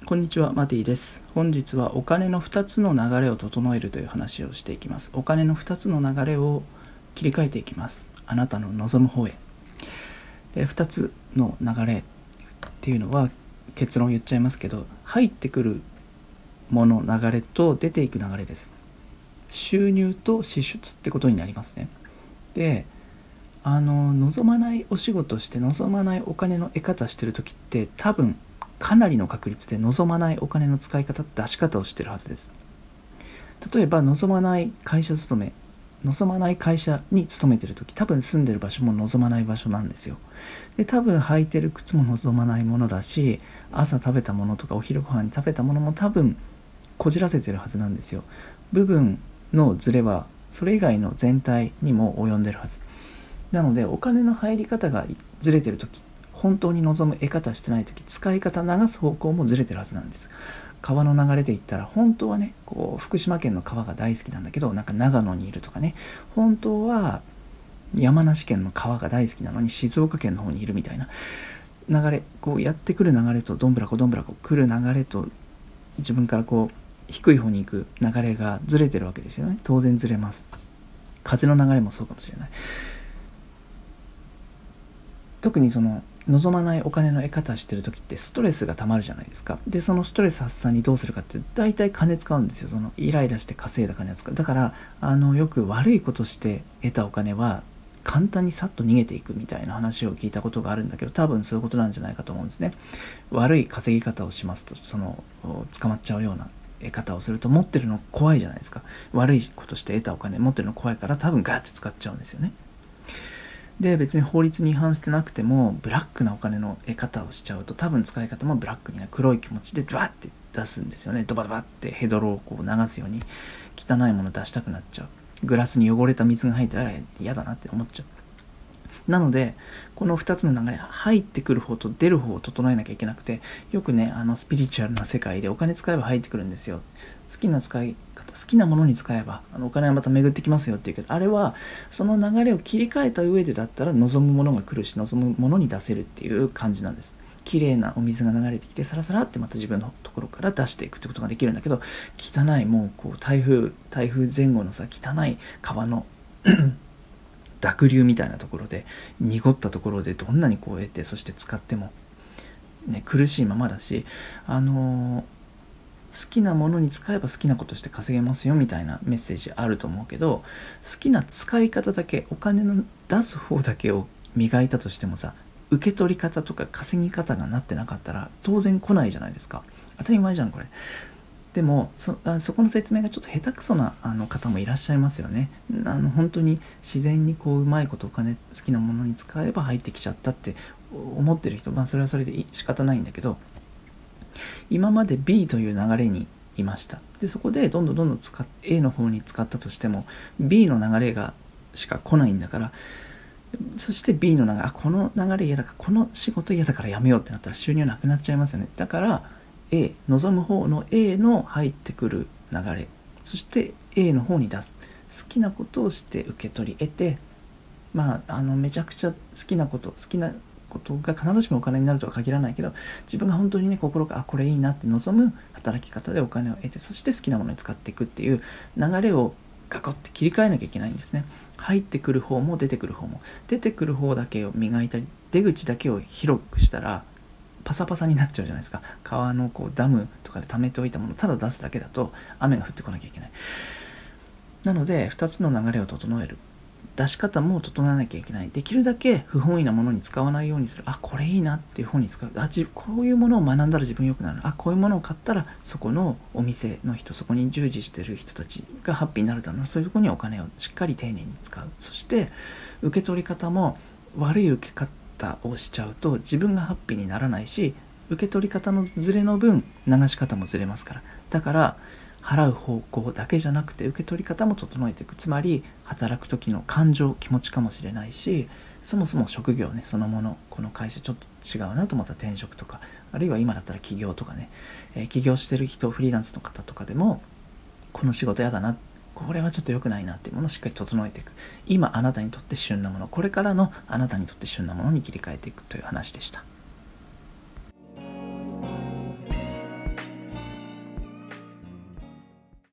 こんにちは、マティです。本日はお金の2つの流れを整えるという話をしていきます。お金の2つの流れを切り替えていきます。あなたの望む方へ。2つの流れっていうのは結論言っちゃいますけど、入ってくるもの流れと出ていく流れです。収入と支出ってことになりますね。で、望まないお仕事して望まないお金の得方してる時って多分かなりの確率で望まないお金の使い方、出し方をしてるはずです。例えば望まない会社勤め、望まない会社に勤めてる時、多分住んでる場所も望まない場所なんですよ。で、多分履いてる靴も望まないものだし、朝食べたものとかお昼ご飯に食べたものも多分こじらせてるはずなんですよ。部分のズレはそれ以外の全体にも及んでるはずなので、お金の入り方がずれてる時、本当に望む得方してない時、使い方流す方向もずれてるはずなんです。川の流れで言ったら、本当はね、福島県の川が大好きなんだけど、なんか長野にいるとかね、本当は山梨県の川が大好きなのに静岡県の方にいるみたいな流れ、やってくる流れとどんぶらこ来る流れと、自分から低い方に行く流れがずれてるわけですよね。当然ずれます。風の流れもそうかもしれない。特に望まないお金の得方してる時ってストレスがたまるじゃないですか。で、そのストレス発散にどうするかって大体金使うんですよ。イライラして稼いだ金を使う。だからよく悪いことして得たお金は簡単にさっと逃げていくみたいな話を聞いたことがあるんだけど、多分そういうことなんじゃないかと思うんですね。悪い稼ぎ方をしますと、捕まっちゃうような得方をすると、持ってるの怖いじゃないですか。悪いことして得たお金持ってるの怖いから、多分ガーって使っちゃうんですよね。で、別に法律に違反してなくてもブラックなお金の得方をしちゃうと、多分使い方もブラックにな黒い気持ちでドバッて出すんですよね。ドバドバってヘドロを流すように汚いもの出したくなっちゃう。グラスに汚れた水が入ったら嫌だなって思っちゃう。なので、この2つの流れ、入ってくる方と出る方を整えなきゃいけなくて、よくね、スピリチュアルな世界でお金使えば入ってくるんですよ。好きな使い方、好きなものに使えばお金はまた巡ってきますよっていうけど、あれはその流れを切り替えた上でだったら望むものが来るし、望むものに出せるっていう感じなんです。綺麗なお水が流れてきて、サラサラってまた自分のところから出していくってことができるんだけど、汚い、もう台風前後のさ、汚い川の濁流みたいなところで、濁ったところでどんなに得て、そして使っても、ね、苦しいままだし、好きなものに使えば好きなことして稼げますよみたいなメッセージあると思うけど、好きな使い方だけ、お金の出す方だけを磨いたとしてもさ、受け取り方とか稼ぎ方がなってなかったら当然来ないじゃないですか。当たり前じゃんこれ。でもそこの説明がちょっと下手くそな方もいらっしゃいますよね。本当に自然にうまいことお金、好きなものに使えば入ってきちゃったって思ってる人、それはそれで仕方ないんだけど、今まで B という流れにいました。で、そこでどんどんA の方に使ったとしても B の流れがしか来ないんだから、そして B の流れ、この流れ嫌だから、この仕事嫌だからやめようってなったら収入なくなっちゃいますよね。だから望む方の A の入ってくる流れ、そして A の方に出す。好きなことをして受け取り得て、めちゃくちゃ好きなことが必ずしもお金になるとは限らないけど、自分が本当にね、心がこれいいなって望む働き方でお金を得て、そして好きなものに使っていくっていう流れをガコって切り替えなきゃいけないんですね。入ってくる方も出てくる方も、出てくる方だけを磨いたり、出口だけを広くしたらパサパサになっちゃうじゃないですか。川のダムとかで溜めておいたものをただ出すだけだと雨が降ってこなきゃいけない。なので2つの流れを整える、出し方も整えなきゃいけない。できるだけ不本意なものに使わないようにする。これいいなっていう方に使う。こういうものを学んだら自分良くなる。こういうものを買ったらそこのお店の人、そこに従事してる人たちがハッピーになるだろうな。そういうところにお金をしっかり丁寧に使う。そして受け取り方も悪い受け方をしちゃうと自分がハッピーにならないし、受け取り方のズレの分流し方もずれますから。だから払う方向だけじゃなくて受け取り方も整えていく。つまり働く時の感情、気持ちかもしれないし、そもそも職業ね、そのもの、この会社ちょっと違うなと思ったら転職とか、あるいは今だったら起業とかね、起業してる人、フリーランスの方とかでも、この仕事やだな、これはちょっと良くないなっていうものをしっかり整えていく。今あなたにとって旬なもの、これからのあなたにとって旬なものに切り替えていくという話でした。